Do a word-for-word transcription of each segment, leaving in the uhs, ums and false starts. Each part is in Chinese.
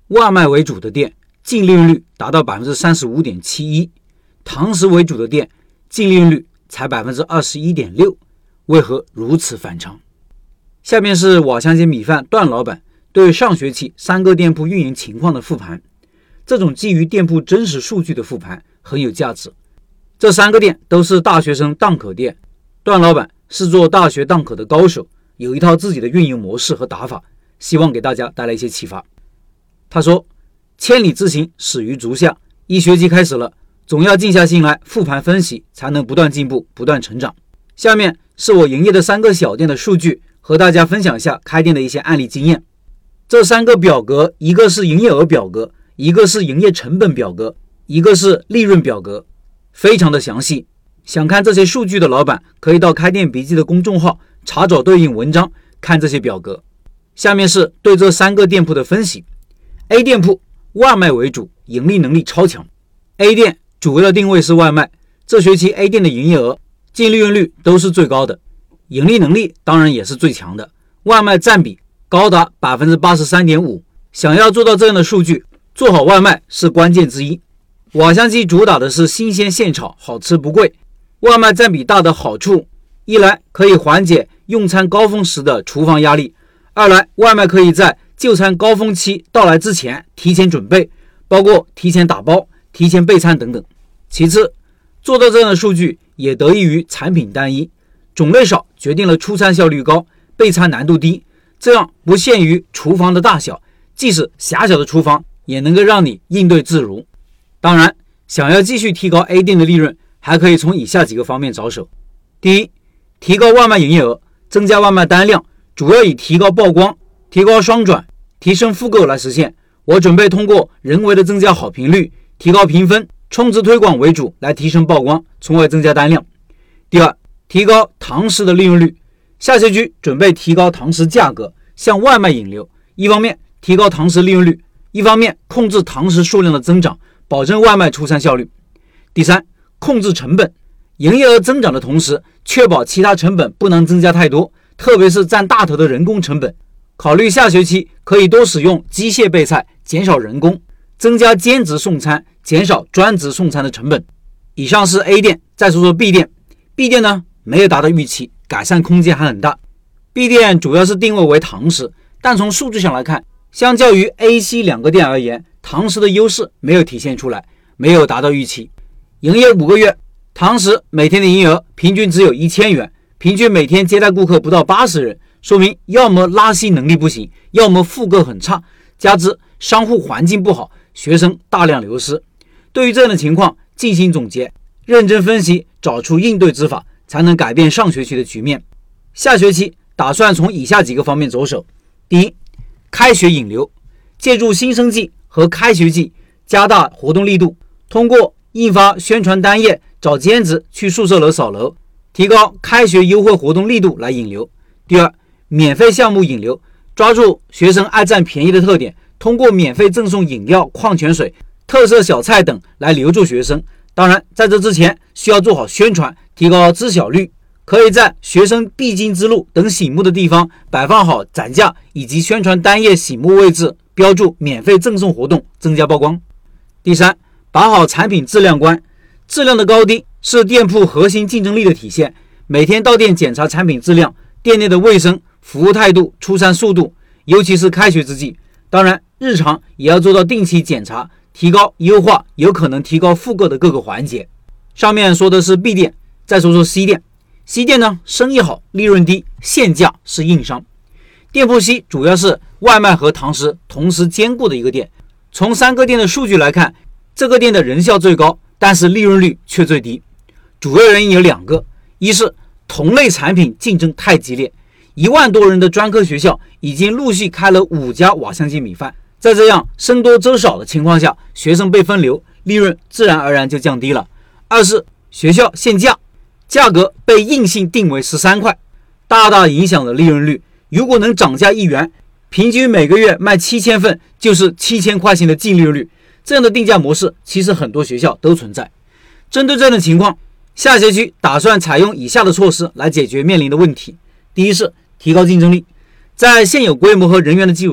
外卖为主的店净利润率达到 百分之三十五点七一， 堂食为主的店净利润率才 百分之二十一点六， 为何如此反常？下面是瓦香街米饭段老板对上学期三个店铺运营情况的复盘。这种基于店铺真实数据的复盘很有价值。这三个店都是大学生档口店，段老板是做大学档口的高手，有一套自己的运营模式和打法，希望给大家带来一些启发。他说，千里之行始于足下，一学期开始了，总要静下心来复盘分析，才能不断进步，不断成长。下面是我营业的三个小店的数据，和大家分享一下开店的一些案例经验。这三个表格，一个是营业额表格，一个是营业成本表格，一个是利润表格，非常的详细。想看这些数据的老板可以到开店笔记的公众号查找对应文章，看这些表格。下面是对这三个店铺的分析。 A 店铺外卖为主，盈利能力超强。 A 店主要的定位是外卖，这学期 A 店的营业额、净利润率都是最高的，盈利能力当然也是最强的，外卖占比高达 百分之八十三点五。 想要做到这样的数据，做好外卖是关键之一。瓦香鸡主打的是新鲜现炒，好吃不贵。外卖占比大的好处，一来可以缓解用餐高峰时的厨房压力，二来外卖可以在就餐高峰期到来之前提前准备，包括提前打包、提前备餐等等。其次，做到这样的数据也得益于产品单一，种类少决定了出餐效率高，备餐难度低，这样不限于厨房的大小，即使狭小的厨房也能够让你应对自如。当然，想要继续提高 A 店的利润，还可以从以下几个方面着手。第一，提高外卖营业额，增加外卖单量，主要以提高曝光、提高双转、提升复购来实现。我准备通过人为的增加好评率、提高评分、充值推广为主来提升曝光，从而增加单量。第二，提高堂食的利润率，下学期准备提高堂食价格，向外卖引流，一方面提高堂食利润率，一方面控制堂食数量的增长，保证外卖出餐效率。第三，控制成本，营业额增长的同时，确保其他成本不能增加太多，特别是占大头的人工成本。考虑下学期可以多使用机械备菜，减少人工，增加兼职送餐，减少专职送餐的成本。以上是 A 店，再说说 B 店。B 店呢，没有达到预期，改善空间还很大。B 店主要是定位为堂食，但从数据上来看，相较于 A、C 两个店而言，堂食的优势没有体现出来，没有达到预期。营业五个月，堂食每天的营业额平均只有一千元，平均每天接待顾客不到八十人，说明要么拉稀能力不行，要么复购很差，加之商户环境不好，学生大量流失。对于这样的情况进行总结，认真分析，找出应对之法，才能改变上学期的局面。下学期打算从以下几个方面着手。第一，开学引流，借助新生季和开学季加大活动力度，通过印发宣传单页，找兼职去宿舍楼扫楼，提高开学优惠活动力度来引流。第二，免费项目引流，抓住学生爱占便宜的特点，通过免费赠送饮料、矿泉水、特色小菜等来留住学生。当然，在这之前需要做好宣传，提高知晓率，可以在学生必经之路等醒目的地方摆放好展架以及宣传单页醒目位置，标注免费赠送活动，增加曝光。第三，把好产品质量关，质量的高低是店铺核心竞争力的体现。每天到店检查产品质量，店内的卫生、服务态度、出餐速度，尤其是开学之际。当然，日常也要做到定期检查，提高优化有可能提高复购的各个环节。上面说的是 B 店，再说说 C 店。C 店呢，生意好，利润低，限价是硬伤。店铺 C 主要是外卖和堂食同时兼顾的一个店。从三个店的数据来看，这个店的人效最高，但是利润率却最低。主要原因有两个，一是同类产品竞争太激烈，一万多人的专科学校已经陆续开了五家瓦香鸡米饭，在这样僧多粥少的情况下，学生被分流，利润自然而然就降低了。二是学校限价，价格被硬性定为十三块，大大影响了利润率。如果能涨价一元，平均每个月卖七千份，就是七千块钱的净利润率。这样的定价模式其实很多学校都存在。针对这样的情况，下学期打算采用以下的措施来解决面临的问题。第一是提高竞争力，在现有规模和人员的基础上，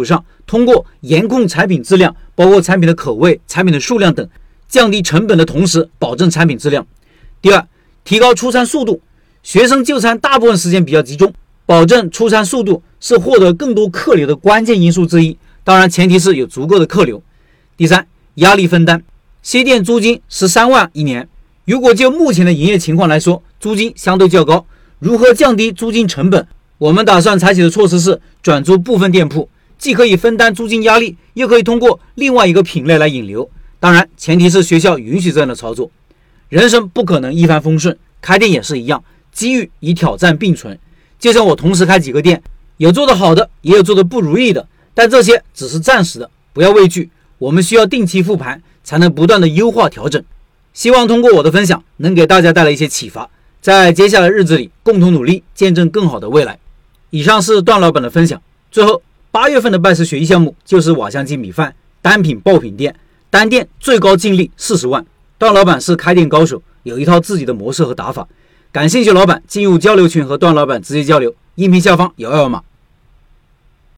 通过严控产品质量，包括产品的口味、产品的数量等，降低成本的同时保证产品质量。第二，提高出餐速度。学生就餐大部分时间比较集中，保证出餐速度是获得更多客流的关键因素之一，当然前提是有足够的客流。第三，压力分担。西店租金十三万一年，如果就目前的营业情况来说，租金相对较高，如何降低租金成本？我们打算采取的措施是转租部分店铺，既可以分担租金压力，又可以通过另外一个品类来引流。当然前提是学校允许这样的操作。人生不可能一帆风顺，开店也是一样，机遇与挑战并存。就像我同时开几个店，有做得好的，也有做得不如意的，但这些只是暂时的，不要畏惧。我们需要定期复盘，才能不断的优化调整。希望通过我的分享，能给大家带来一些启发，在接下来日子里共同努力，见证更好的未来。以上是段老板的分享。最后，八月份的拜师学艺项目就是瓦香鸡米饭单品爆品店，单店最高净利四十万。段老板是开店高手，有一套自己的模式和打法。感兴趣老板进入交流群和段老板直接交流，音频下方有二维码。